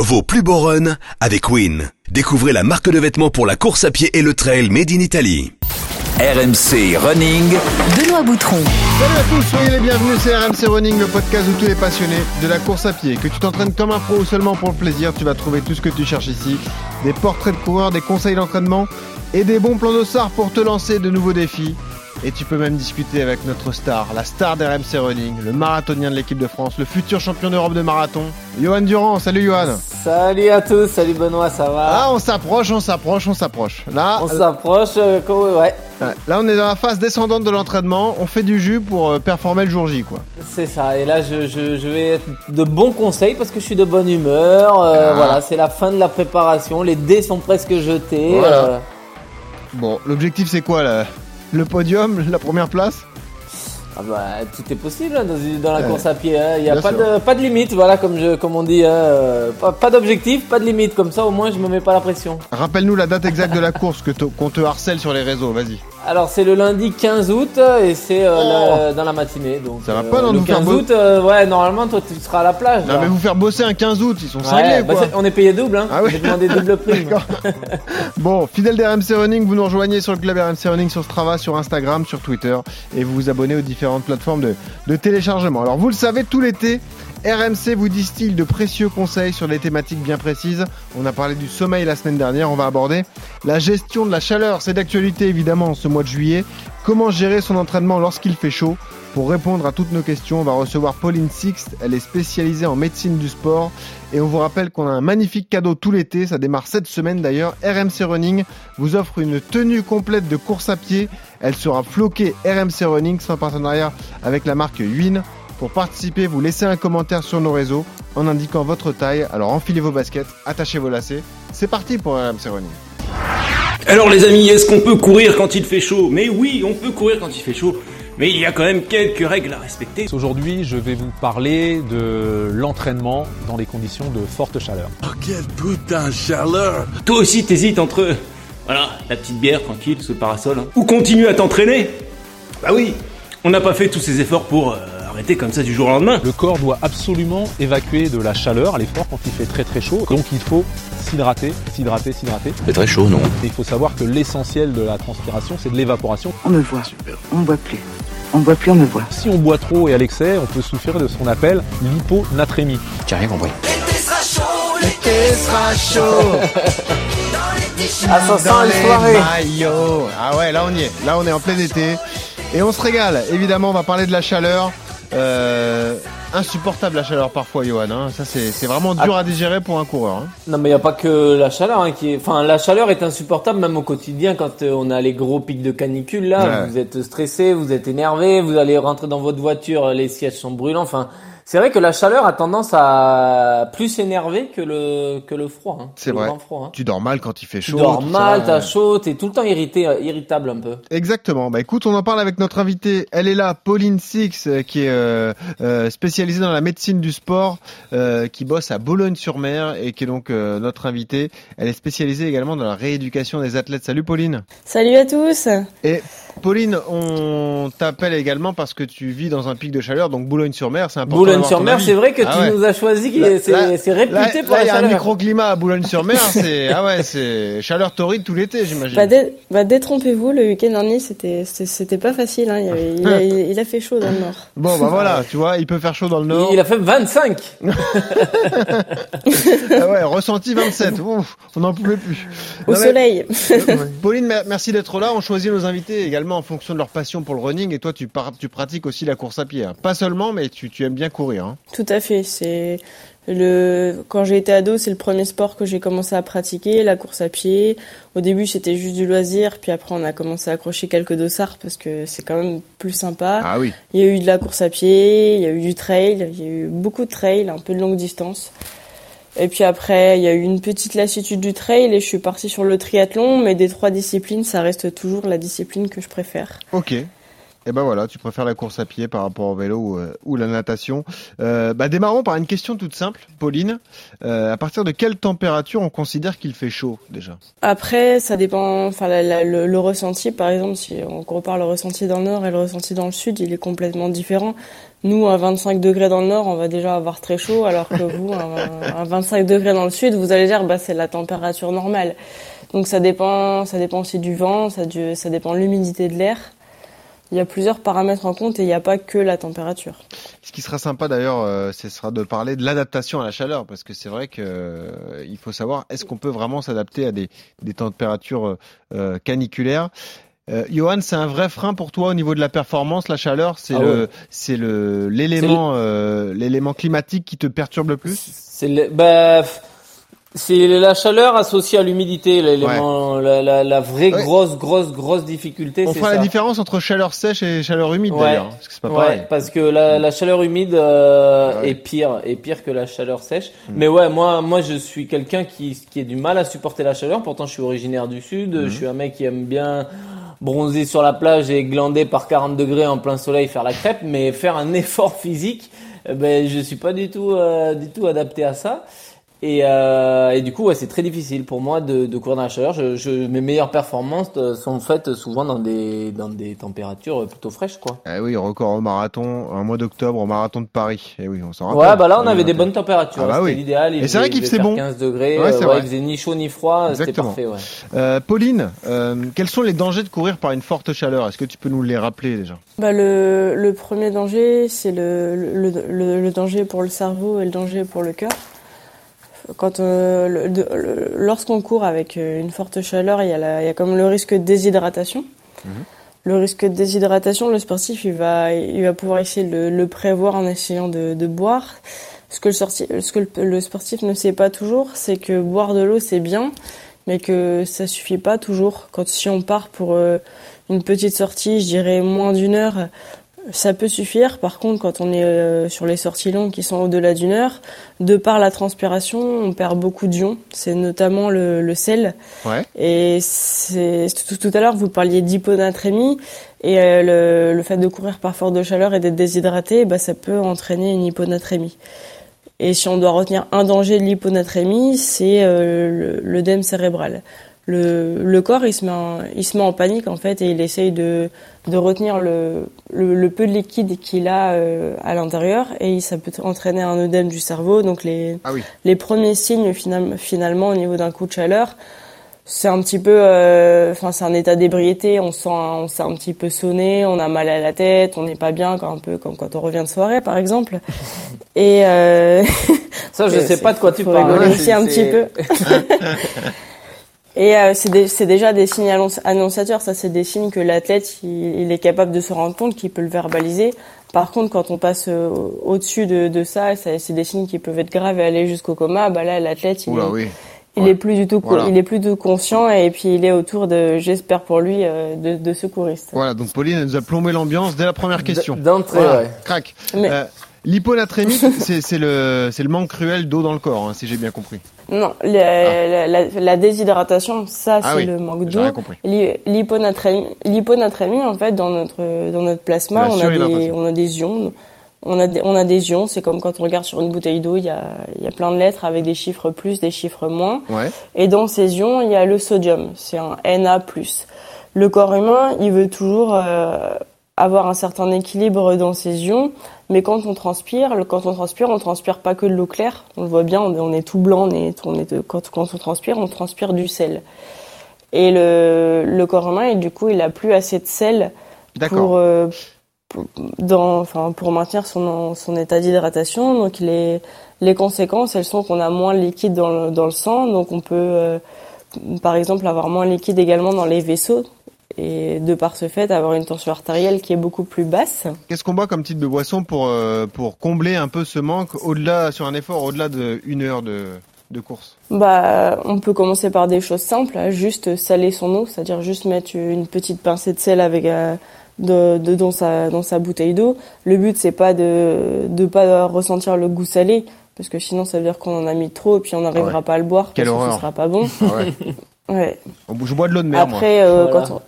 vos plus beaux runs avec Win. Découvrez la marque de vêtements pour la course à pied et le trail made in Italy. RMC Running. Benoît Boutron. Salut à tous, soyez les bienvenus, c'est RMC Running, le podcast où tous les passionnés de la course à pied. Que tu t'entraînes comme un pro ou seulement pour le plaisir, tu vas trouver tout ce que tu cherches ici. Des portraits de coureurs, des conseils d'entraînement et des bons plans d'ossard pour te lancer de nouveaux défis. Et tu peux même discuter avec notre star, la star d'RMC Running, le marathonien de l'équipe de France, le futur champion d'Europe de marathon, Johan Durand. Salut Johan. Salut à tous, salut Benoît, ça va? Ah, on s'approche. Là, on s'approche, ouais. Là, on est dans la phase descendante de l'entraînement, on fait du jus pour performer le jour J, quoi. C'est ça, et là je vais être de bons conseils parce que je suis de bonne humeur, voilà, c'est la fin de la préparation, les dés sont presque jetés. Voilà. Bon, l'objectif c'est quoi là? Le podium, la première place? Ah bah, tout est possible hein, dans la course à pied, hein. Il n'y a pas de limite, voilà, comme on dit, hein. Pas d'objectif, pas de limite, comme ça au moins je me mets pas la pression. Rappelle-nous la date exacte de la course, qu'on te harcèle sur les réseaux, vas-y. Alors c'est le lundi 15 août et c'est dans la matinée. Donc, ça va pas dans le 15 août, ouais, normalement toi tu seras à la plage. Non là. Mais vous faire bosser un 15 août, ils sont cinglés quoi. On est payé double, hein. Ah oui. J'ai demandé double prime. Bon, fidèle d'RMC Running, vous nous rejoignez sur le club RMC Running sur Strava, sur Instagram, sur Twitter et vous vous abonnez aux différentes plateformes de téléchargement. Alors vous le savez, tout l'été, RMC vous distille de précieux conseils sur des thématiques bien précises. On a parlé du sommeil la semaine dernière, on va aborder la gestion de la chaleur. C'est d'actualité évidemment ce mois de juillet. Comment gérer son entraînement lorsqu'il fait chaud? Pour répondre à toutes nos questions, on va recevoir Pauline Sixt. Elle est spécialisée en médecine du sport. Et on vous rappelle qu'on a un magnifique cadeau tout l'été. Ça démarre cette semaine d'ailleurs. RMC Running vous offre une tenue complète de course à pied. Elle sera floquée RMC Running sans partenariat avec la marque Win. Pour participer, vous laissez un commentaire sur nos réseaux en indiquant votre taille. Alors enfilez vos baskets, attachez vos lacets. C'est parti pour RMC Running. Alors les amis, est-ce qu'on peut courir quand il fait chaud? Mais oui, on peut courir quand il fait chaud. Mais il y a quand même quelques règles à respecter. Aujourd'hui, je vais vous parler de l'entraînement dans les conditions de forte chaleur. Oh, quelle putain de chaleur! Toi aussi t'hésites entre, voilà, la petite bière tranquille sous le parasol, hein, ou continuer à t'entraîner? Bah oui, on n'a pas fait tous ces efforts pour arrêter comme ça du jour au lendemain. Le corps doit absolument évacuer de la chaleur à l'effort quand il fait très très chaud. Donc il faut s'hydrater. C'est très chaud, non? Et il faut savoir que l'essentiel de la transpiration, c'est de l'évaporation. On me voit, super. On boit plus. On boit plus, on me voit. Si on boit trop et à l'excès, on peut souffrir de ce qu'on appelle l'hyponatrémie. J'ai rien compris. L'été sera chaud. Ah, ça sent les soirées. Maillots. Ah ouais, là on y est. Là on est en plein été. Et on se régale. Évidemment, on va parler de la chaleur. Insupportable la chaleur parfois, Johan. Hein. Ça, c'est vraiment dur à digérer pour un coureur. Hein. Non, mais il n'y a pas que la chaleur Enfin, la chaleur est insupportable même au quotidien quand on a les gros pics de canicule. Là, ouais. Vous êtes stressé, vous êtes énervé, vous allez rentrer dans votre voiture, les sièges sont brûlants. Enfin, c'est vrai que la chaleur a tendance à plus énerver que le froid. Hein, c'est vrai. Le grand froid, hein. Tu dors mal quand il fait chaud. Tu dors mal, t'as chaud, t'es tout le temps irritable un peu. Exactement. Bah écoute, on en parle avec notre invitée. Elle est là, Pauline Sixt, qui est spécialisée dans la médecine du sport, qui bosse à Boulogne-sur-Mer et qui est donc notre invitée. Elle est spécialisée également dans la rééducation des athlètes. Salut Pauline. Salut à tous. Et Pauline, on t'appelle également parce que tu vis dans un pic de chaleur, donc Boulogne-sur-Mer, c'est important. Boulogne-sur-Mer, c'est vrai que tu nous as choisi, c'est réputé pour la chaleur. Il y a un microclimat à Boulogne-sur-Mer, c'est chaleur torride tout l'été, j'imagine. Détrompez-vous, le week-end dernier, c'était pas facile, hein. Il a fait chaud dans le nord. Bon, bah voilà, tu vois, il peut faire chaud dans le nord. Il a fait 25. Ah ouais, ressenti 27. Ouf, on n'en pouvait plus. Soleil. Pauline, merci d'être là. On choisit nos invités également en fonction de leur passion pour le running. Et toi, tu pratiques aussi la course à pied. Hein. Pas seulement, mais tu aimes bien courir. Hein. Tout à fait. Quand j'ai été ado, c'est le premier sport que j'ai commencé à pratiquer, la course à pied. Au début, c'était juste du loisir. Puis après, on a commencé à accrocher quelques dossards parce que c'est quand même plus sympa. Ah oui. Il y a eu de la course à pied, il y a eu du trail, il y a eu beaucoup de trail, un peu de longue distance. Et puis après, il y a eu une petite lassitude du trail et je suis partie sur le triathlon. Mais des trois disciplines, ça reste toujours la discipline que je préfère. Ok. Et ben voilà, tu préfères la course à pied par rapport au vélo ou la natation. Démarrons par une question toute simple, Pauline. À partir de quelle température on considère qu'il fait chaud déjà ? Après, ça dépend. Enfin, le ressenti, par exemple, si on compare le ressenti dans le nord et le ressenti dans le sud, il est complètement différent. Nous, à 25 degrés dans le nord, on va déjà avoir très chaud, alors que vous, à 25 degrés dans le sud, vous allez dire, c'est la température normale. Donc ça dépend aussi du vent, ça dépend de l'humidité de l'air. Il y a plusieurs paramètres en compte et il n'y a pas que la température. Ce qui sera sympa d'ailleurs, ce sera de parler de l'adaptation à la chaleur, parce que c'est vrai que il faut savoir, est-ce qu'on peut vraiment s'adapter à des températures caniculaires ? Johan, c'est un vrai frein pour toi au niveau de la performance, la chaleur, c'est l'élément climatique qui te perturbe le plus ? C'est la chaleur associée à l'humidité, l'élément, la vraie grosse difficulté. On fera la différence entre chaleur sèche et chaleur humide d'ailleurs, parce que c'est pas pareil. Parce que la chaleur humide est pire que la chaleur sèche. Mais moi je suis quelqu'un qui a du mal à supporter la chaleur. Pourtant je suis originaire du sud, je suis un mec qui aime bien bronzer sur la plage et glander par 40 degrés en plein soleil, faire la crêpe, mais faire un effort physique, je suis pas du tout adapté à ça. Et du coup, c'est très difficile pour moi de courir dans la chaleur. Mes meilleures performances sont faites souvent dans des températures plutôt fraîches, quoi. Eh oui, record au marathon, un mois d'octobre au marathon de Paris. Eh oui, on s'en rappelle. Ouais, là, on avait des bonnes températures. C'était l'idéal. Et c'est vrai qu'il faisait bon. 15 degrés. Il faisait ni chaud ni froid. C'était parfait, Pauline, quels sont les dangers de courir par une forte chaleur? Est-ce que tu peux nous les rappeler déjà? Le premier danger, c'est le danger pour le cerveau et le danger pour le cœur. Lorsqu'on court avec une forte chaleur, il y a comme le risque de déshydratation. Le risque de déshydratation, le sportif, il va pouvoir essayer de le prévoir en essayant de boire. Ce que le sportif ne sait pas toujours, c'est que boire de l'eau, c'est bien, mais que ça suffit pas toujours. Si on part pour une petite sortie, je dirais moins d'une heure, ça peut suffire. Par contre, quand on est sur les sorties longues qui sont au-delà d'une heure, de par la transpiration, on perd beaucoup d'ions. C'est notamment le sel. Ouais. Et tout à l'heure, vous parliez d'hyponatrémie. Et le fait de courir par forte de chaleur et d'être déshydraté, ça peut entraîner une hyponatrémie. Et si on doit retenir un danger de l'hyponatrémie, c'est l'œdème cérébral. Le corps, il se met en panique, en fait, et il essaye de retenir le peu de liquide qu'il a à l'intérieur, et ça peut entraîner un œdème du cerveau. Donc les premiers signes finalement au niveau d'un coup de chaleur, c'est un petit peu c'est un état d'ébriété, on sent un petit peu sonné, on a mal à la tête, on n'est pas bien, un peu comme quand on revient de soirée par exemple. Et ça, je sais pas de quoi tu parles. Aussi un petit peu. Et c'est déjà des signes annonciateurs. Ça, c'est des signes que l'athlète il est capable de se rendre compte, qu'il peut le verbaliser. Par contre, quand on passe au-dessus de ça, c'est des signes qui peuvent être graves et aller jusqu'au coma. Là, l'athlète il est plus du tout il est plus du tout conscient, et puis il est autour j'espère pour lui de secouristes. Voilà, donc Pauline elle nous a plombé l'ambiance dès la première question. D'entrée, crac. L'hyponatrémie, c'est le manque cruel d'eau dans le corps, si j'ai bien compris. Non, la déshydratation, ça c'est le manque d'eau. L'hyponatrémie, en fait, dans notre plasma, on a des ions. On a des ions, c'est comme quand on regarde sur une bouteille d'eau, il y a plein de lettres avec des chiffres plus, des chiffres moins. Ouais. Et dans ces ions, il y a le sodium, c'est un Na+. Le corps humain, il veut toujours avoir un certain équilibre dans ces ions, mais quand on transpire, on transpire pas que de l'eau claire. On le voit bien, on est tout blanc, quand on transpire du sel. Et le corps humain, et du coup, il a plus assez de sel pour maintenir son état d'hydratation. Donc les conséquences, elles sont qu'on a moins de liquide dans le sang, donc on peut par exemple avoir moins de liquide également dans les vaisseaux, et de par ce fait avoir une tension artérielle qui est beaucoup plus basse. Qu'est-ce qu'on boit comme type de boisson pour combler un peu ce manque sur un effort au-delà d'une heure de course? On peut commencer par des choses simples, juste saler son eau, c'est-à-dire juste mettre une petite pincée de sel avec dans sa bouteille d'eau. Le but, c'est pas de pas ressentir le goût salé, parce que sinon ça veut dire qu'on en a mis trop et puis on n'arrivera pas à le boire. Quelle parce horreur. que ce sera pas bon. Ouais. Je bois de l'eau de mer, après, moi. quand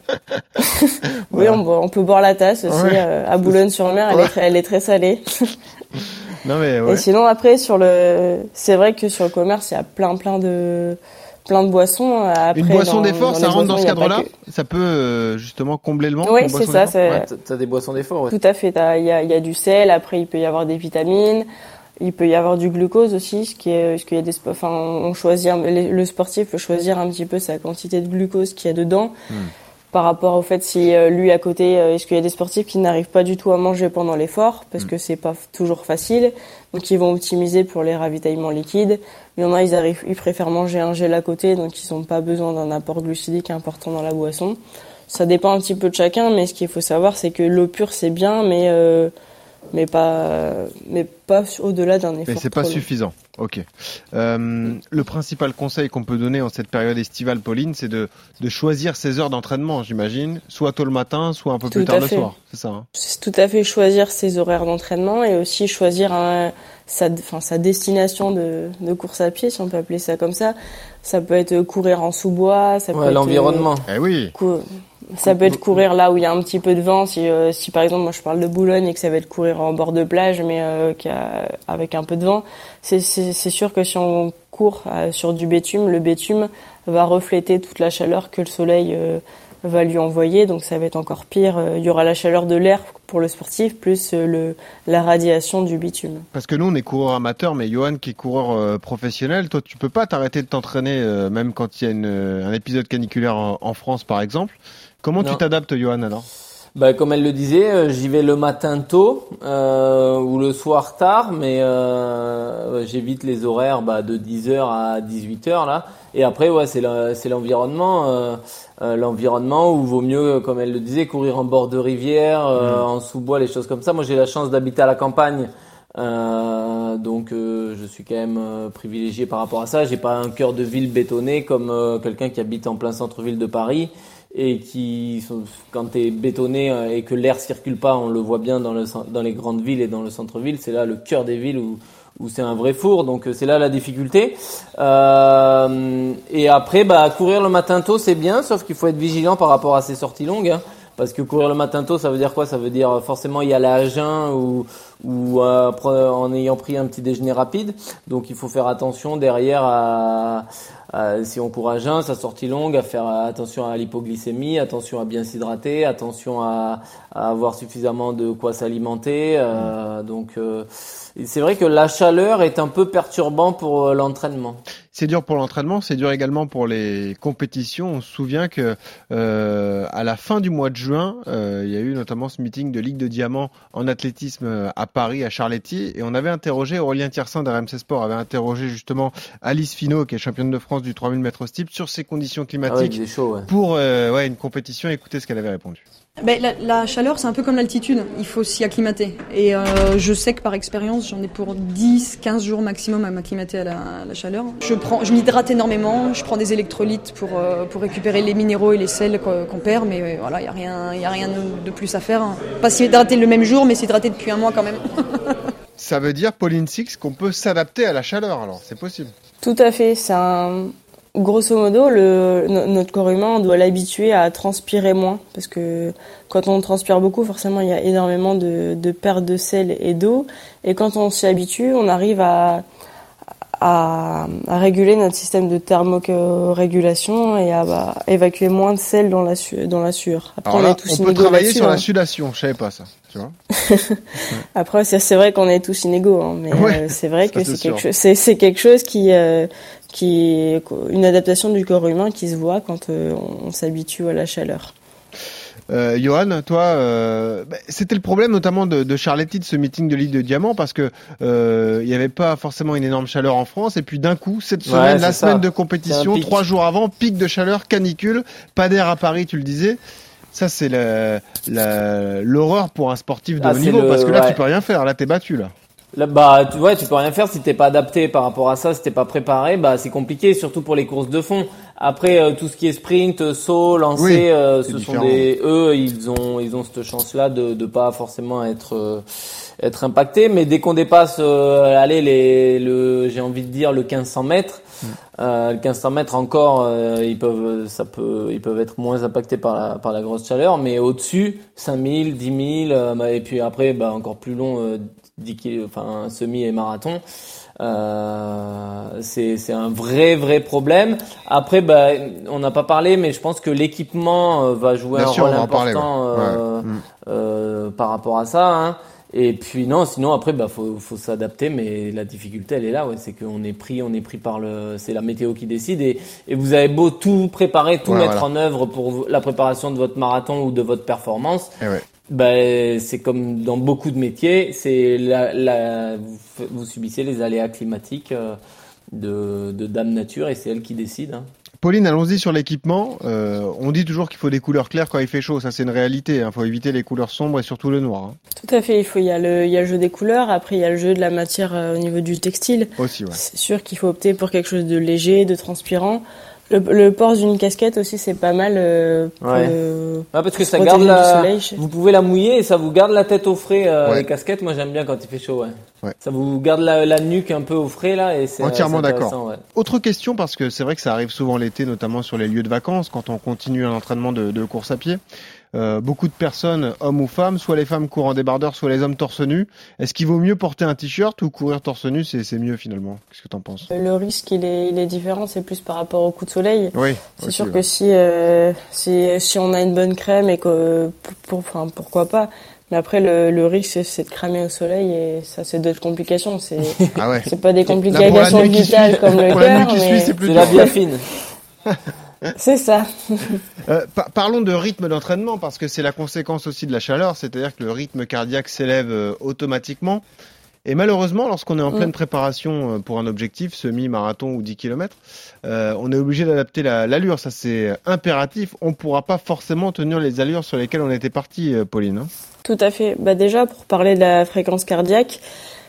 oui, on peut boire la tasse aussi, à Boulogne-sur-Mer, elle est très salée. Non, mais ouais. Et sinon, après, c'est vrai que sur le commerce, il y a plein de boissons. Après, une boisson d'effort, ça rentre dans ce cadre-là? Que... Ça peut justement combler le manque? Oui, c'est ça. T'as des boissons d'effort, ouais. Tout à fait. Il y a du sel, après il peut y avoir des vitamines, il peut y avoir du glucose aussi, ce qu'il y a on choisit, le sportif peut choisir un petit peu sa quantité de glucose qu'il y a dedans. Par rapport au fait si lui à côté, est-ce qu'il y a des sportifs qui n'arrivent pas du tout à manger pendant l'effort parce que c'est pas toujours facile, donc ils vont optimiser pour les ravitaillements liquides. Il y en a, ils préfèrent manger un gel à côté, donc ils n'ont pas besoin d'un apport glucidique important dans la boisson. Ça dépend un petit peu de chacun, mais ce qu'il faut savoir, c'est que l'eau pure c'est bien, mais pas au-delà d'un effort. Mais c'est pas suffisant. Ok. Le principal conseil qu'on peut donner en cette période estivale, Pauline, c'est de choisir ses heures d'entraînement, j'imagine, soit tôt le matin, soit un peu plus tard le soir. C'est ça. Hein. C'est tout à fait choisir ses horaires d'entraînement et aussi choisir sa destination de course à pied, si on peut appeler ça comme ça. Ça peut être courir en sous-bois, ça peut être l'environnement. Oui. Ça peut être courir là où il y a un petit peu de vent. Si par exemple, moi je parle de Boulogne et que ça va être courir en bord de plage, mais avec un peu de vent, c'est sûr que si on court sur du bitume, le bitume va refléter toute la chaleur que le soleil va lui envoyer, donc ça va être encore pire. Il y aura la chaleur de l'air pour le sportif, plus la radiation du bitume. Parce que nous, on est coureurs amateurs, mais Johan qui est coureur professionnel, toi, tu peux pas t'arrêter de t'entraîner, même quand il y a un épisode caniculaire en France, par exemple. Comment tu t'adaptes, Johan, alors? Comme elle le disait, j'y vais le matin tôt ou le soir tard, mais j'évite les horaires de 10h à 18h là. Et après, c'est l'environnement. L'environnement où vaut mieux, comme elle le disait, courir en bord de rivière, en sous-bois, les choses comme ça. Moi, j'ai la chance d'habiter à la campagne. Donc je suis quand même privilégié par rapport à ça. J'ai pas un cœur de ville bétonné comme quelqu'un qui habite en plein centre-ville de Paris. Et quand t'es bétonné et que l'air circule pas, on le voit bien dans les grandes villes et dans le centre-ville, c'est là le cœur des villes où c'est un vrai four, donc c'est là la difficulté. Et après, courir le matin tôt, c'est bien, sauf qu'il faut être vigilant par rapport à ces sorties longues, hein, parce que courir le matin tôt, ça veut dire quoi? Ça veut dire forcément y aller à jeun ou en ayant pris un petit déjeuner rapide. Donc il faut faire attention derrière si on court à jeun, sa sortie longue, à faire attention à l'hypoglycémie, attention à bien s'hydrater, attention à avoir suffisamment de quoi s'alimenter. Donc c'est vrai que la chaleur est un peu perturbant pour l'entraînement. C'est dur pour l'entraînement, c'est dur également pour les compétitions. On se souvient que à la fin du mois de juin, il y a eu notamment ce meeting de Ligue de Diamant en athlétisme à Paris, à Charletti, et on avait interrogé, Aurélien Tiersin d'RMC Sport avait interrogé justement Alice Finot, qui est championne de France du 3000 mètres steeple, sur ces conditions climatiques pour une compétition. Écoutez ce qu'elle avait répondu. La chaleur, c'est un peu comme l'altitude, il faut s'y acclimater. Et je sais que par expérience, j'en ai pour 10-15 jours maximum à m'acclimater à la chaleur. Je m'hydrate énormément, je prends des électrolytes pour récupérer les minéraux et les sels qu'on perd, mais voilà, il y a rien de plus à faire. Hein. Pas s'hydrater le même jour, mais s'hydrater depuis un mois quand même. Ça veut dire, Pauline Six, qu'on peut s'adapter à la chaleur, alors c'est possible. Tout à fait, grosso modo, notre corps humain, on doit l'habituer à transpirer moins, parce que quand on transpire beaucoup, forcément, il y a énormément de perte de sel et d'eau, et quand on s'y habitue, on arrive à réguler notre système de thermorégulation et à évacuer moins de sel dans la sueur. Après, alors là, on peut travailler sur la sudation, je savais pas ça. Tu vois. Après, c'est vrai qu'on est tous inégaux, hein, mais c'est vrai que c'est quelque chose qui est une adaptation du corps humain qui se voit quand on s'habitue à la chaleur. Johan, toi, c'était le problème notamment de Charletti, de ce meeting de Ligue de Diamant, parce que il n'y avait pas forcément une énorme chaleur en France, et puis d'un coup, cette semaine, semaine de compétition, 3 jours avant, pic de chaleur, canicule, pas d'air à Paris, tu le disais. Ça, c'est l'horreur pour un sportif de haut niveau, parce que là, tu peux rien faire. Là, t'es battu, là. Là, tu peux rien faire si t'es pas adapté par rapport à ça, si t'es pas préparé, c'est compliqué, surtout pour les courses de fond. Après, tout ce qui est sprint, saut, lancer, ce sont ils ont cette chance-là de pas forcément être impactés. Mais dès qu'on dépasse, j'ai envie de dire le 1500 mètres, le 1500 mètres encore, ils peuvent être moins impactés par la grosse chaleur. Mais au-dessus, 5000, 10 000, et puis après, encore plus long, 10 km, enfin semi et marathon, c'est un vrai problème. Après, on n'a pas parlé, mais je pense que l'équipement va jouer un rôle important par rapport à ça. Hein. Et puis sinon après, faut s'adapter, mais la difficulté elle est là, c'est qu'on est pris c'est la météo qui décide et vous avez beau tout préparer, tout mettre en œuvre pour la préparation de votre marathon ou de votre performance. C'est comme dans beaucoup de métiers, vous subissez les aléas climatiques de Dame Nature et c'est elle qui décide. Hein. Pauline, allons-y sur l'équipement. On dit toujours qu'il faut des couleurs claires quand il fait chaud. Ça, c'est une réalité. Il faut éviter les couleurs sombres et surtout le noir. Hein. Tout à fait. Il y a le jeu des couleurs. Après, il y a le jeu de la matière au niveau du textile. Aussi, C'est sûr qu'il faut opter pour quelque chose de léger, de transpirant. Le port d'une casquette aussi, c'est pas mal. Parce que ça garde vous pouvez la mouiller et ça vous garde la tête au frais. Les casquettes, moi j'aime bien quand il fait chaud. Ça vous garde la nuque un peu au frais là et c'est entièrement d'accord. Autre question, parce que c'est vrai que ça arrive souvent l'été, notamment sur les lieux de vacances, quand on continue un entraînement de course à pied. Beaucoup de personnes, hommes ou femmes, soit les femmes courent en débardeur, soit les hommes torse nu. Est-ce qu'il vaut mieux porter un t-shirt ou courir torse nu? C'est mieux finalement. Qu'est-ce que t'en penses? Le risque, il est différent. C'est plus par rapport au coup de soleil. Oui. C'est sûr que si on a une bonne crème et que, pourquoi pas. Mais après, le risque, c'est de cramer au soleil et ça, c'est d'autres complications. C'est pas des complications vitales comme le cœur, mais c'est la biafine. C'est ça. Parlons de rythme d'entraînement parce que c'est la conséquence aussi de la chaleur, c'est-à-dire que le rythme cardiaque s'élève automatiquement. Et malheureusement, lorsqu'on est en pleine préparation pour un objectif, semi-marathon ou 10 km, on est obligé d'adapter l'allure. Ça, c'est impératif. On ne pourra pas forcément tenir les allures sur lesquelles on était parti, Pauline. Hein. Tout à fait. Déjà, pour parler de la fréquence cardiaque,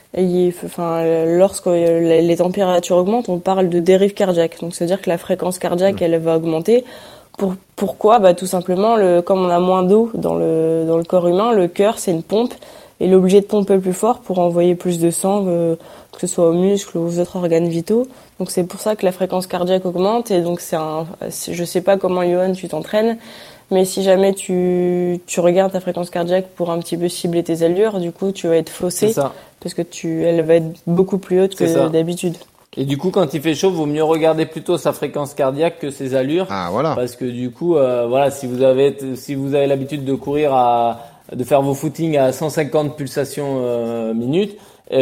lorsque les températures augmentent, on parle de dérive cardiaque. Donc, c'est-à-dire que la fréquence cardiaque, elle va augmenter. Pourquoi? Tout simplement, comme on a moins d'eau dans le corps humain, le cœur, c'est une pompe. Et il est obligé de pomper plus fort pour envoyer plus de sang, que ce soit aux muscles ou aux autres organes vitaux. Donc, c'est pour ça que la fréquence cardiaque augmente. Et donc, je sais pas comment, Johan, tu t'entraînes. Mais si jamais tu regardes ta fréquence cardiaque pour un petit peu cibler tes allures, du coup, tu vas être faussé. C'est ça. Parce que elle va être beaucoup plus haute que d'habitude. Et du coup, quand il fait chaud, vaut mieux regarder plutôt sa fréquence cardiaque que ses allures. Ah, voilà. Parce que du coup, si vous avez l'habitude de courir de faire vos footings à 150 pulsations minutes,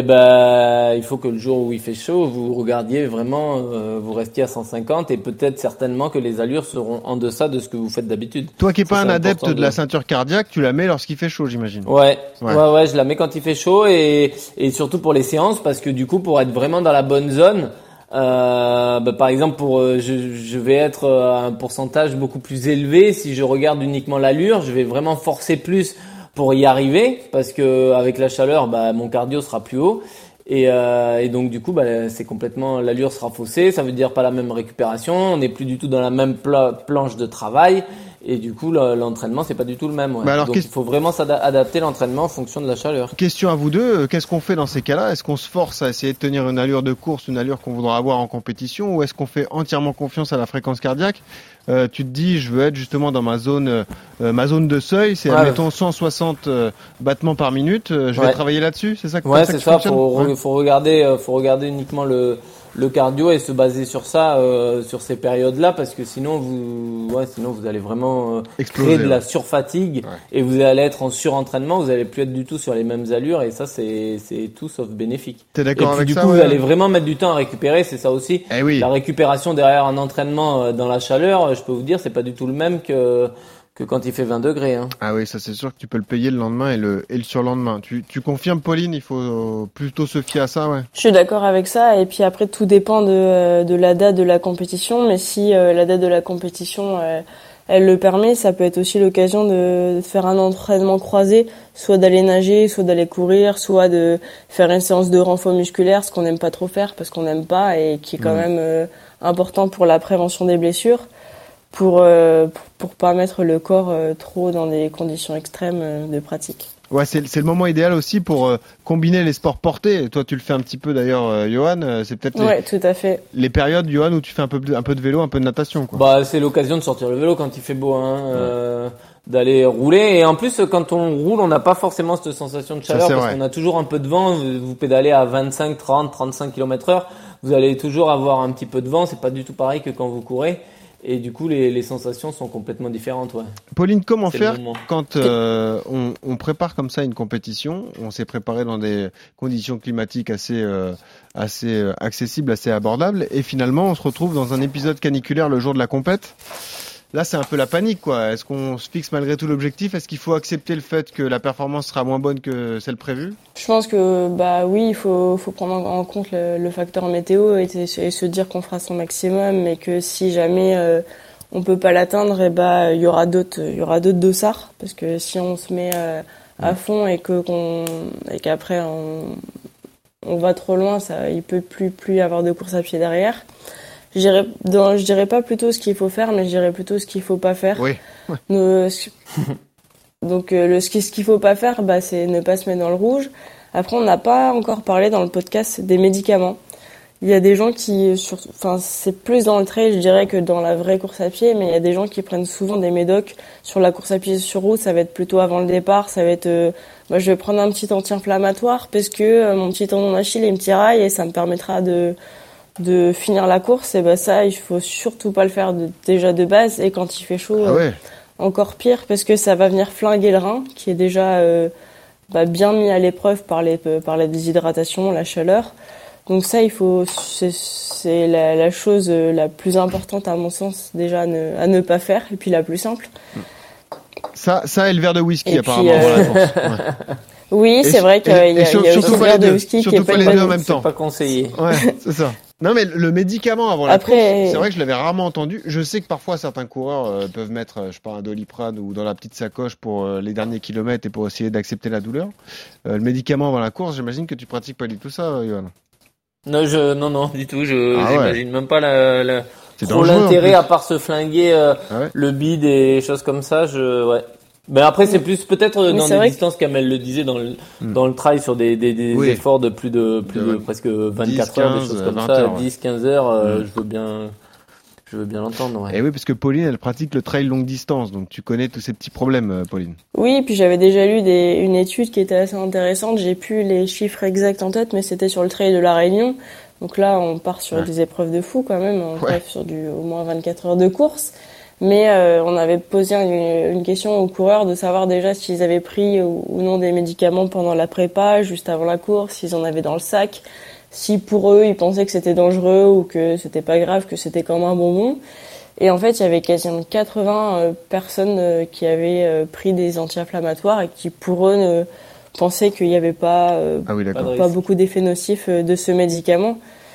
il faut que le jour où il fait chaud, vous regardiez vraiment, vous restiez à 150 et peut-être certainement que les allures seront en deçà de ce que vous faites d'habitude. Toi qui n'es pas un adepte de la ceinture cardiaque, tu la mets lorsqu'il fait chaud, j'imagine. Ouais, je la mets quand il fait chaud et surtout pour les séances parce que du coup, pour être vraiment dans la bonne zone, par exemple, je vais être à un pourcentage beaucoup plus élevé si je regarde uniquement l'allure, je vais vraiment forcer plus pour y arriver parce que avec la chaleur mon cardio sera plus haut et donc du coup c'est complètement, l'allure sera faussée, ça veut dire pas la même récupération, on n'est plus du tout dans la même planche de travail et du coup l'entraînement c'est pas du tout le même. Donc il faut vraiment adapter l'entraînement en fonction de la chaleur. Question à vous deux, qu'est-ce qu'on fait dans ces cas-là? Est-ce qu'on se force à essayer de tenir une allure de course, une allure qu'on voudra avoir en compétition, ou est-ce qu'on fait entièrement confiance à la fréquence cardiaque? Tu te dis, je veux être justement dans ma zone de seuil, c'est admettons 160 battements par minute. Je vais travailler là-dessus, c'est ça? C'est ça. Faut regarder uniquement le cardio et se baser sur ça, sur ces périodes-là, parce que sinon vous allez vraiment créer de la surfatigue et vous allez être en surentraînement. Vous allez plus être du tout sur les mêmes allures et ça c'est tout sauf bénéfique. T'es d'accord avec ça? Du coup, vous allez vraiment mettre du temps à récupérer. C'est ça aussi. La récupération derrière un entraînement dans la chaleur, je peux vous dire, c'est pas du tout le même que quand il fait 20 degrés. Hein. Ah oui, ça c'est sûr que tu peux le payer le lendemain et le surlendemain. Tu confirmes, Pauline, il faut plutôt se fier à ça, ouais? Je suis d'accord avec ça, et puis après tout dépend de la date de la compétition, mais si la date de la compétition elle le permet. Ça peut être aussi l'occasion de faire un entraînement croisé, soit d'aller nager, soit d'aller courir, soit de faire une séance de renfort musculaire, ce qu'on n'aime pas trop faire parce qu'on n'aime pas et qui est quand même important pour la prévention des blessures, pour pas mettre le corps trop dans des conditions extrêmes de pratique. Ouais, c'est le moment idéal aussi pour combiner les sports portés. Toi, tu le fais un petit peu d'ailleurs, Johan. C'est peut-être tout à fait. Les périodes, Johan, où tu fais un peu de vélo, un peu de natation, quoi. Bah, c'est l'occasion de sortir le vélo quand il fait beau, d'aller rouler. Et en plus, quand on roule, on n'a pas forcément cette sensation de chaleur parce qu'on a toujours un peu de vent. Vous pédalez à 25, 30, 35 km/h. Vous allez toujours avoir un petit peu de vent. C'est pas du tout pareil que quand vous courez. Et du coup, les sensations sont complètement différentes, ouais. Pauline, comment faire quand on prépare comme ça une compétition? On s'est préparé dans des conditions climatiques assez accessibles, assez abordables, et finalement, on se retrouve dans un épisode caniculaire le jour de la compète. Là, c'est un peu la panique, quoi. Est-ce qu'on se fixe malgré tout l'objectif? Est-ce qu'il faut accepter le fait que la performance sera moins bonne que celle prévue? Je pense que, oui, il faut prendre en compte le facteur météo et se dire qu'on fera son maximum, mais que si jamais on peut pas l'atteindre, il y aura d'autres dossards, parce que si on se met à fond et qu'après on va trop loin, il peut plus y avoir de course à pied derrière. Je dirais pas plutôt ce qu'il faut faire, mais je dirais plutôt ce qu'il faut pas faire. Oui. Donc ce qu'il faut pas faire, c'est ne pas se mettre dans le rouge. Après, on n'a pas encore parlé dans le podcast des médicaments. Il y a des gens c'est plus dans le trail, je dirais, que dans la vraie course à pied, mais il y a des gens qui prennent souvent des médocs. Sur la course à pied sur route, ça va être plutôt avant le départ, ça va être je vais prendre un petit anti-inflammatoire parce que mon petit tendon d'Achille il me tiraille et ça me permettra de finir la course. Et ça, il faut surtout pas le faire déjà de base, et quand il fait chaud, encore pire, parce que ça va venir flinguer le rein qui est déjà bien mis à l'épreuve par la déshydratation, la chaleur. Donc ça, c'est la chose la plus importante à mon sens déjà à ne pas faire, et puis la plus simple. Ça et le verre de whisky, et apparemment, avant la course. Ouais. Oui, c'est vrai qu'il y a aussi le verre de whisky qui est pas les deux en même temps. C'est pas conseillé. Ouais, c'est ça. Non, mais le médicament avant la course, c'est vrai que je l'avais rarement entendu. Je sais que parfois certains coureurs peuvent mettre, un Doliprane ou dans la petite sacoche pour les derniers kilomètres et pour essayer d'accepter la douleur. Le médicament avant la course, j'imagine que tu pratiques pas du tout ça, Johan. Non, du tout. J'imagine même pas trop dangereux, l'intérêt, à part se flinguer le bide et choses comme ça. Mais après, c'est plus peut-être dans des distances, comme elle le disait, dans le trail, sur des efforts de plus de presque 24 heures, des choses comme ça, 10-15 heures, je veux bien l'entendre, ouais. Et oui, parce que Pauline, elle pratique le trail longue distance, donc tu connais tous ces petits problèmes, Pauline. Oui, puis j'avais déjà lu une étude qui était assez intéressante. J'ai plus les chiffres exacts en tête, mais c'était sur le trail de la Réunion. Donc là, on part sur des épreuves de fou quand même. On bref, sur au moins 24 heures de course. Mais on avait posé une question aux coureurs de savoir déjà s'ils avaient pris ou non des médicaments pendant la prépa, juste avant la course, s'ils en avaient dans le sac, si pour eux ils pensaient que c'était dangereux ou que c'était pas grave, que c'était comme un bonbon. Et en fait, il y avait quasiment 80 personnes qui avaient pris des anti-inflammatoires et qui pour eux pensaient qu'il n'y avait pas beaucoup d'effets nocifs de ce médicament.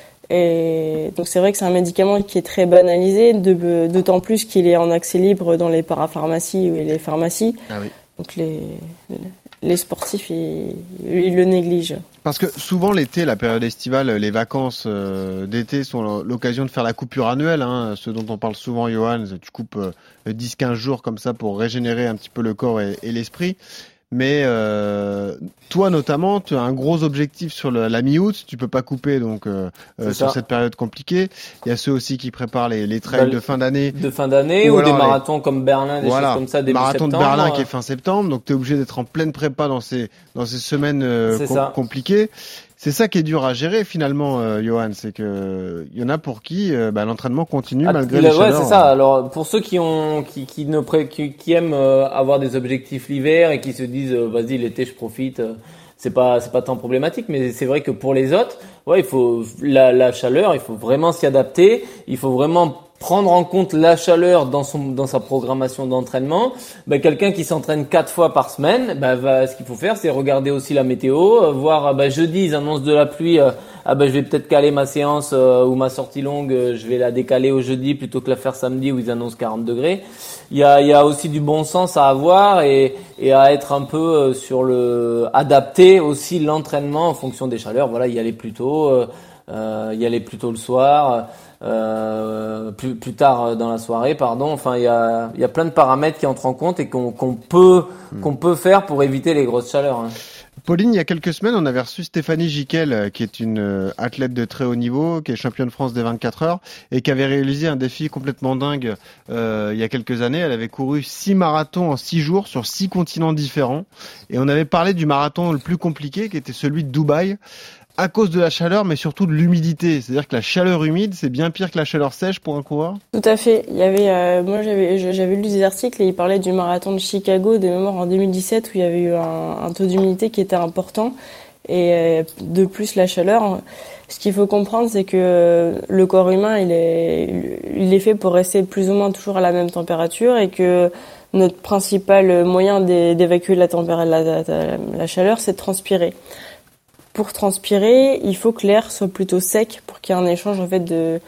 Et donc c'est vrai que c'est un médicament qui est très banalisé, d'autant plus qu'il est en accès libre dans les parapharmacies et les pharmacies. Ah oui. Donc les sportifs ils le négligent. Parce que souvent l'été, la période estivale, les vacances d'été sont l'occasion de faire la coupure annuelle, ce dont on parle souvent, Johan. Tu coupes 10-15 jours comme ça pour régénérer un petit peu le corps et l'esprit. Mais toi notamment, tu as un gros objectif sur la mi-août, tu peux pas couper donc sur cette période compliquée. Il y a ceux aussi qui préparent les trails de fin d'année. De fin d'année ou des marathons comme Berlin, des choses comme ça début septembre. Marathon de Berlin qui est fin septembre, donc tu es obligé d'être en pleine prépa dans ces semaines compliquées. C'est ça qui est dur à gérer finalement, Johan, c'est que il y en a pour qui l'entraînement continue malgré les chaleurs. Ouais, c'est ça. Alors pour ceux qui aiment avoir des objectifs l'hiver et qui se disent vas-y l'été je profite, c'est pas tant problématique, mais c'est vrai que pour les autres, il faut la chaleur, il faut vraiment s'y adapter, il faut vraiment prendre en compte la chaleur dans sa programmation d'entraînement. Quelqu'un qui s'entraîne 4 fois par semaine, ce qu'il faut faire, c'est regarder aussi la météo, voir, jeudi, ils annoncent de la pluie, je vais peut-être caler ma séance ou ma sortie longue, je vais la décaler au jeudi plutôt que la faire samedi où ils annoncent 40 degrés. Il y a aussi du bon sens à avoir et à être un peu adapter aussi l'entraînement en fonction des chaleurs. Voilà, y aller plus tôt le soir, plus tard dans la soirée, pardon. Enfin, il y a plein de paramètres qui entrent en compte et qu'on peut faire pour éviter les grosses chaleurs. Hein. Pauline, il y a quelques semaines, on avait reçu Stéphanie Giquel, qui est une athlète de très haut niveau, qui est championne de France des 24 heures et qui avait réalisé un défi complètement dingue il y a quelques années. Elle avait couru 6 marathons en 6 jours sur 6 continents différents. Et on avait parlé du marathon le plus compliqué, qui était celui de Dubaï, à cause de la chaleur, mais surtout de l'humidité. C'est-à-dire que la chaleur humide, c'est bien pire que la chaleur sèche pour un coureur. Tout à fait. Il y avait, moi j'avais lu des articles et il parlait du marathon de Chicago de mémoire en 2017 où il y avait eu un taux d'humidité qui était important et de plus la chaleur. Ce qu'il faut comprendre, c'est que le corps humain, il est fait pour rester plus ou moins toujours à la même température et que notre principal moyen d'évacuer la chaleur, c'est de transpirer. Pour transpirer, il faut que l'air soit plutôt sec pour qu'il y ait un échange en fait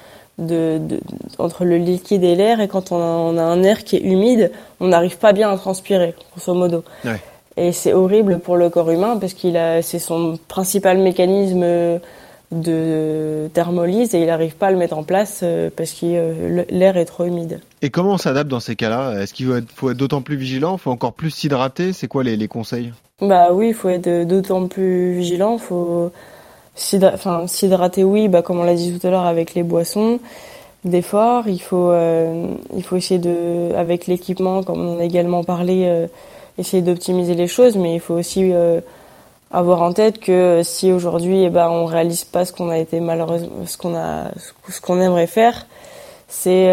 entre le liquide et l'air. Et quand on a un air qui est humide, on n'arrive pas bien à transpirer, grosso modo. Ouais. Et c'est horrible pour le corps humain parce c'est son principal mécanisme de thermolyse et il n'arrive pas à le mettre en place parce que l'air est trop humide. Et comment on s'adapte dans ces cas-là ? Est-ce qu'il faut être d'autant plus vigilant ? Il faut encore plus s'hydrater ? C'est quoi les conseils ? Oui, il faut être d'autant plus vigilant. Il faut s'hydrater, oui, comme on l'a dit tout à l'heure avec les boissons d'effort. Il faut essayer avec l'équipement, comme on a également parlé, essayer d'optimiser les choses, mais il faut aussi avoir en tête que si aujourd'hui on réalise pas ce qu'on aimerait faire, c'est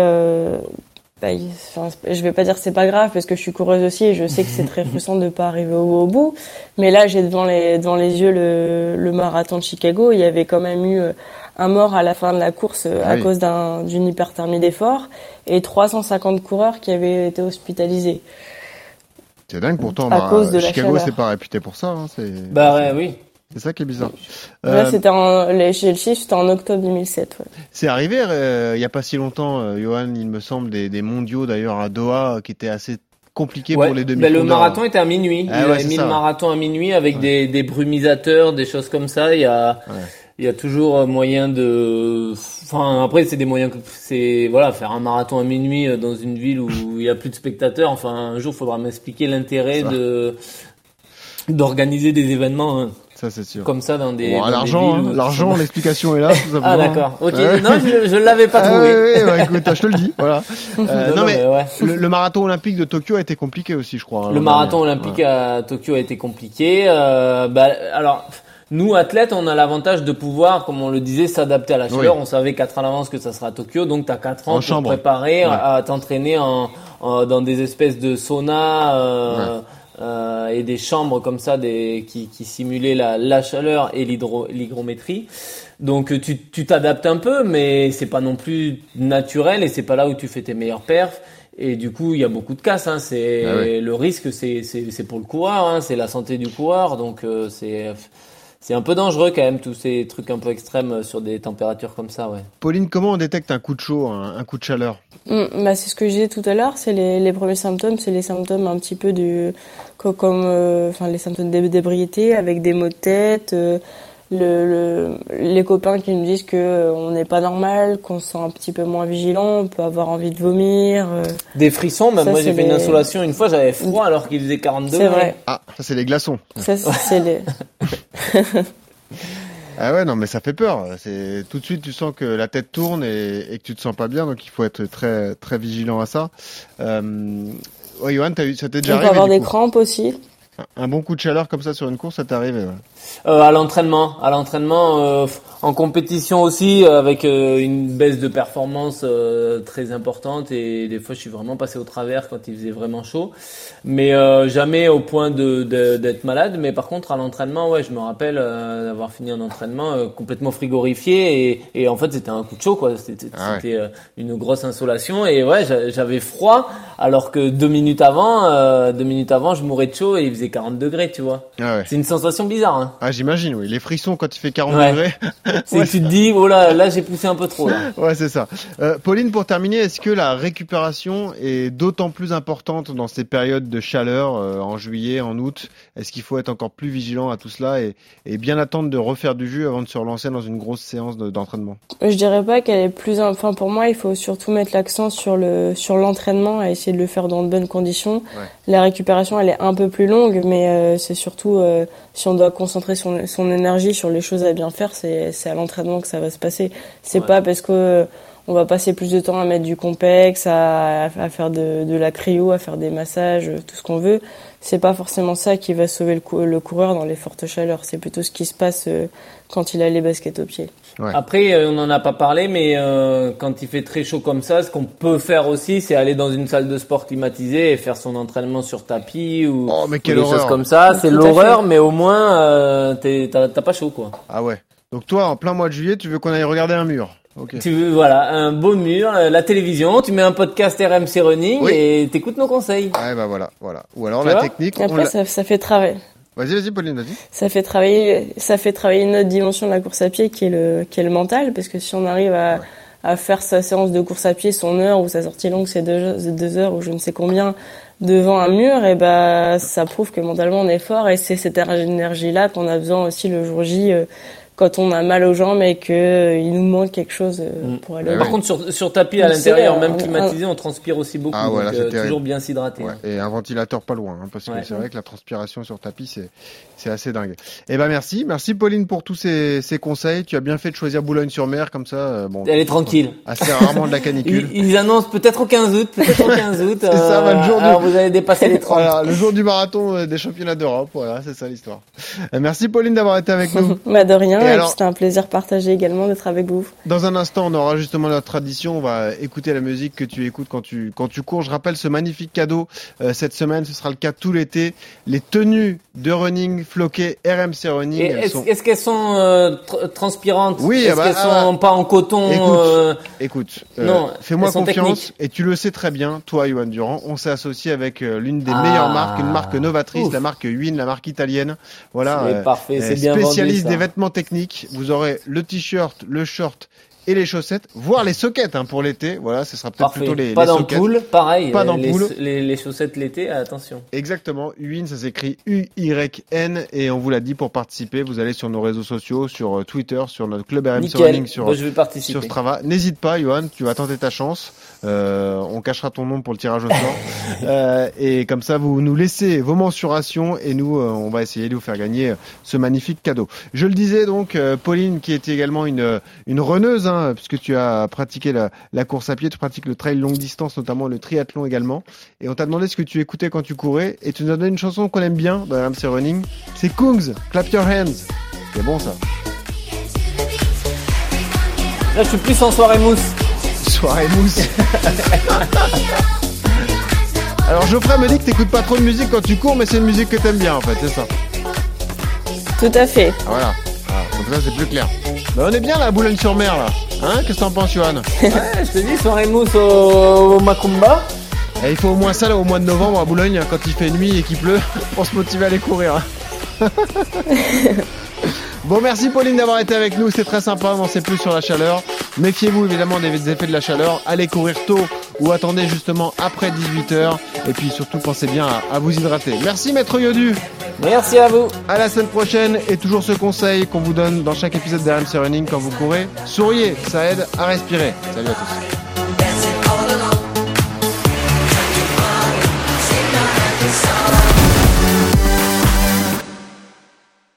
je vais pas dire c'est pas grave parce que je suis coureuse aussi et je sais que c'est très frustrant de pas arriver au bout, mais là j'ai devant les yeux le marathon de Chicago. Il y avait quand même eu un mort à la fin de la course à cause d'une hyperthermie d'effort et 350 coureurs qui avaient été hospitalisés. C'est dingue, pourtant, Chicago, c'est pas réputé pour ça. Hein, oui. C'est ça qui est bizarre. Là, chez le chiffre, c'était en octobre 2007. Ouais. C'est arrivé, il y a pas si longtemps, Johan, il me semble, des mondiaux d'ailleurs à Doha, qui étaient assez compliqués pour les demi-fondeurs. Le marathon était à minuit. Il avait mis le marathon à minuit avec des brumisateurs, des choses comme ça. Il y a toujours moyen après, c'est des moyens faire un marathon à minuit dans une ville où il y a plus de spectateurs. Enfin, un jour, il faudra m'expliquer l'intérêt d'organiser des événements. Hein. Ça, c'est sûr. Comme ça, dans des l'argent, l'explication est là, tout simplement. Ah, d'accord. Ok. Non, je l'avais pas trouvé. Écoute, je te le dis, voilà. Le marathon olympique de Tokyo a été compliqué aussi, je crois. Le marathon olympique à Tokyo a été compliqué. Alors, nous, athlètes, on a l'avantage de pouvoir, comme on le disait, s'adapter à la chaleur. Oui. On savait 4 ans à l'avance que ça sera à Tokyo, donc t'as 4 ans pour te préparer à t'entraîner dans des espèces de sauna, et des chambres comme ça qui simulaient la chaleur et l'hygrométrie. Donc tu t'adaptes un peu, mais c'est pas non plus naturel et c'est pas là où tu fais tes meilleures perfs. Et du coup, il y a beaucoup de casses. Hein. Le risque, c'est pour le coureur, hein. C'est la santé du coureur, donc c'est un peu dangereux quand même, tous ces trucs un peu extrêmes sur des températures comme ça, ouais. Pauline, comment on détecte un coup de chaud, un coup de chaleur ? C'est ce que je disais tout à l'heure, c'est les premiers symptômes, c'est les symptômes un petit peu comme les symptômes d'ébriété avec des maux de tête, les copains qui nous disent que on n'est pas normal, qu'on se sent un petit peu moins vigilant, on peut avoir envie de vomir. Des frissons, même moi j'ai fait une insolation une fois, j'avais froid alors qu'il faisait 40 degrés. C'est vrai. Ah, ça c'est les glaçons. Ça c'est les... Ah ouais, non mais ça fait peur. C'est tout de suite tu sens que la tête tourne et que tu te sens pas bien, donc il faut être très très vigilant à ça. Johan, ça t'est déjà arrivé? On peut avoir des crampes aussi. Un bon coup de chaleur comme ça sur une course, ça t'est arrivé? À l'entraînement, en compétition aussi, avec une baisse de performance très importante, et des fois je suis vraiment passé au travers quand il faisait vraiment chaud, mais jamais au point d'être malade. Mais par contre à l'entraînement, ouais, je me rappelle d'avoir fini un entraînement complètement frigorifié, et en fait c'était un coup de chaud, quoi. C'était une grosse insolation, et ouais, j'avais froid alors que 2 minutes avant je mourais de chaud et il faisait 40 degrés, tu vois. Ah ouais. C'est une sensation bizarre, hein. Ah, j'imagine, oui. Les frissons quand il fait 40 degrés. Tu te dis, oh là j'ai poussé un peu trop, là. Ouais, c'est ça. Pauline, pour terminer, est-ce que la récupération est d'autant plus importante dans ces périodes de chaleur, en juillet, en août? Est-ce qu'il faut être encore plus vigilant à tout cela et bien attendre de refaire du jus avant de se relancer dans une grosse séance d'entraînement? Je dirais pas qu'elle est plus, enfin, pour moi, il faut surtout mettre l'accent sur l'entraînement et essayer de le faire dans de bonnes conditions. Ouais. La récupération, elle est un peu plus longue, mais c'est surtout, si on doit concentrer son énergie sur les choses à bien faire, c'est à l'entraînement que ça va se passer. C'est pas parce que on va passer plus de temps à mettre du complexe, à faire de la cryo, à faire des massages, tout ce qu'on veut. C'est pas forcément ça qui va sauver le coureur dans les fortes chaleurs. C'est plutôt ce qui se passe quand il a les baskets aux pieds. Ouais. Après, on n'en a pas parlé, mais quand il fait très chaud comme ça, ce qu'on peut faire aussi, c'est aller dans une salle de sport climatisée et faire son entraînement sur tapis ou des choses comme ça. C'est l'horreur, mais au moins t'as pas chaud, quoi. Ah ouais. Donc toi, en plein mois de juillet, tu veux qu'on aille regarder un mur? Okay. Tu veux, voilà, un beau mur, la télévision, tu mets un podcast RMC Running et t'écoutes nos conseils. Ouais, bah voilà. Ou alors la technique. Après, ça fait travailler. Vas-y, Pauline, vas-y. Ça fait travailler une autre dimension de la course à pied qui est le mental, parce que si on arrive à faire sa séance de course à pied, son heure ou sa sortie longue, c'est 2 heures ou je ne sais combien devant un mur, et ça prouve que mentalement on est fort, et c'est cette énergie-là qu'on a besoin aussi le jour J, quand on a mal aux jambes et que il nous manque quelque chose pour aller. Par contre, sur tapis à l'intérieur, même climatisé, on transpire aussi beaucoup. Ah, voilà, donc toujours bien s'hydrater. Ouais. Et un ventilateur pas loin, parce que c'est vrai que la transpiration sur tapis, c'est assez dingue. Eh ben merci Pauline pour tous ces conseils. Tu as bien fait de choisir Boulogne-sur-Mer, comme ça. Elle est tranquille. Assez rarement de la canicule. Ils annoncent peut-être au 15 août. C'est ça, le jour alors vous allez dépasser les 30. Voilà, le jour du marathon des championnats d'Europe. Voilà, c'est ça l'histoire. Merci Pauline d'avoir été avec nous. De rien. Alors, c'était un plaisir partagé également d'être avec vous. Dans un instant, on aura justement notre tradition. On va écouter la musique que tu écoutes quand tu cours. Je rappelle ce magnifique cadeau cette semaine. Ce sera le cas tout l'été. Les tenues de running floquées RMC Running. Est-ce qu'elles sont transpirantes? Oui. Est-ce qu'elles sont pas en coton? Écoute. Non. Fais-moi confiance. Techniques. Et tu le sais très bien, toi, Johan Durand. On s'est associé avec l'une des meilleures marques, une marque novatrice, la marque Huyn, la marque italienne. Voilà. C'est parfait. C'est bien spécialiste vendu, des vêtements techniques. Vous aurez le t-shirt, le short et les chaussettes, voire les sockets pour l'été. Voilà, ce sera peut-être plutôt les d'ampoule, pareil. Pas d'ampoule. Les chaussettes l'été, attention. Exactement. Huyn, ça s'écrit UYN, et on vous l'a dit, pour participer, vous allez sur nos réseaux sociaux, sur Twitter, sur notre club RMC Running, sur Strava. N'hésite pas, Johan, tu vas tenter ta chance. On cachera ton nom pour le tirage au sort. Et comme ça, vous nous laissez vos mensurations et nous, on va essayer de vous faire gagner ce magnifique cadeau. Je le disais donc, Pauline, qui était également une runneuse, puisque tu as pratiqué la course à pied, tu pratiques le trail longue distance, notamment le triathlon également. Et on t'a demandé ce que tu écoutais quand tu courais, et tu nous as donné une chanson qu'on aime bien dans RMC Running. C'est Kungs, Clap Your Hands. C'est bon ça. Là, je suis plus en soirée mousse. Soirée mousse. Alors Geoffrey me dit que t'écoutes pas trop de musique quand tu cours, mais c'est une musique que t'aimes bien en fait, c'est ça? Tout à fait. Voilà. Donc ça c'est plus clair. On est bien là à Boulogne-sur-Mer là. Hein? Qu'est-ce que t'en penses, Johan? Ouais, je te dis, soirée mousse au Macumba. Et il faut au moins ça là au mois de novembre à Boulogne, quand il fait nuit et qu'il pleut, pour se motiver à aller courir. Bon, merci Pauline d'avoir été avec nous, c'est très sympa, on en sait plus sur la chaleur. Méfiez-vous évidemment des effets de la chaleur, allez courir tôt ou attendez justement après 18h. Et puis surtout pensez bien à vous hydrater. Merci Maître Yodu. Merci à vous. À la semaine prochaine, et toujours ce conseil qu'on vous donne dans chaque épisode d'RMC Running quand vous courez. Souriez, ça aide à respirer. Salut à tous.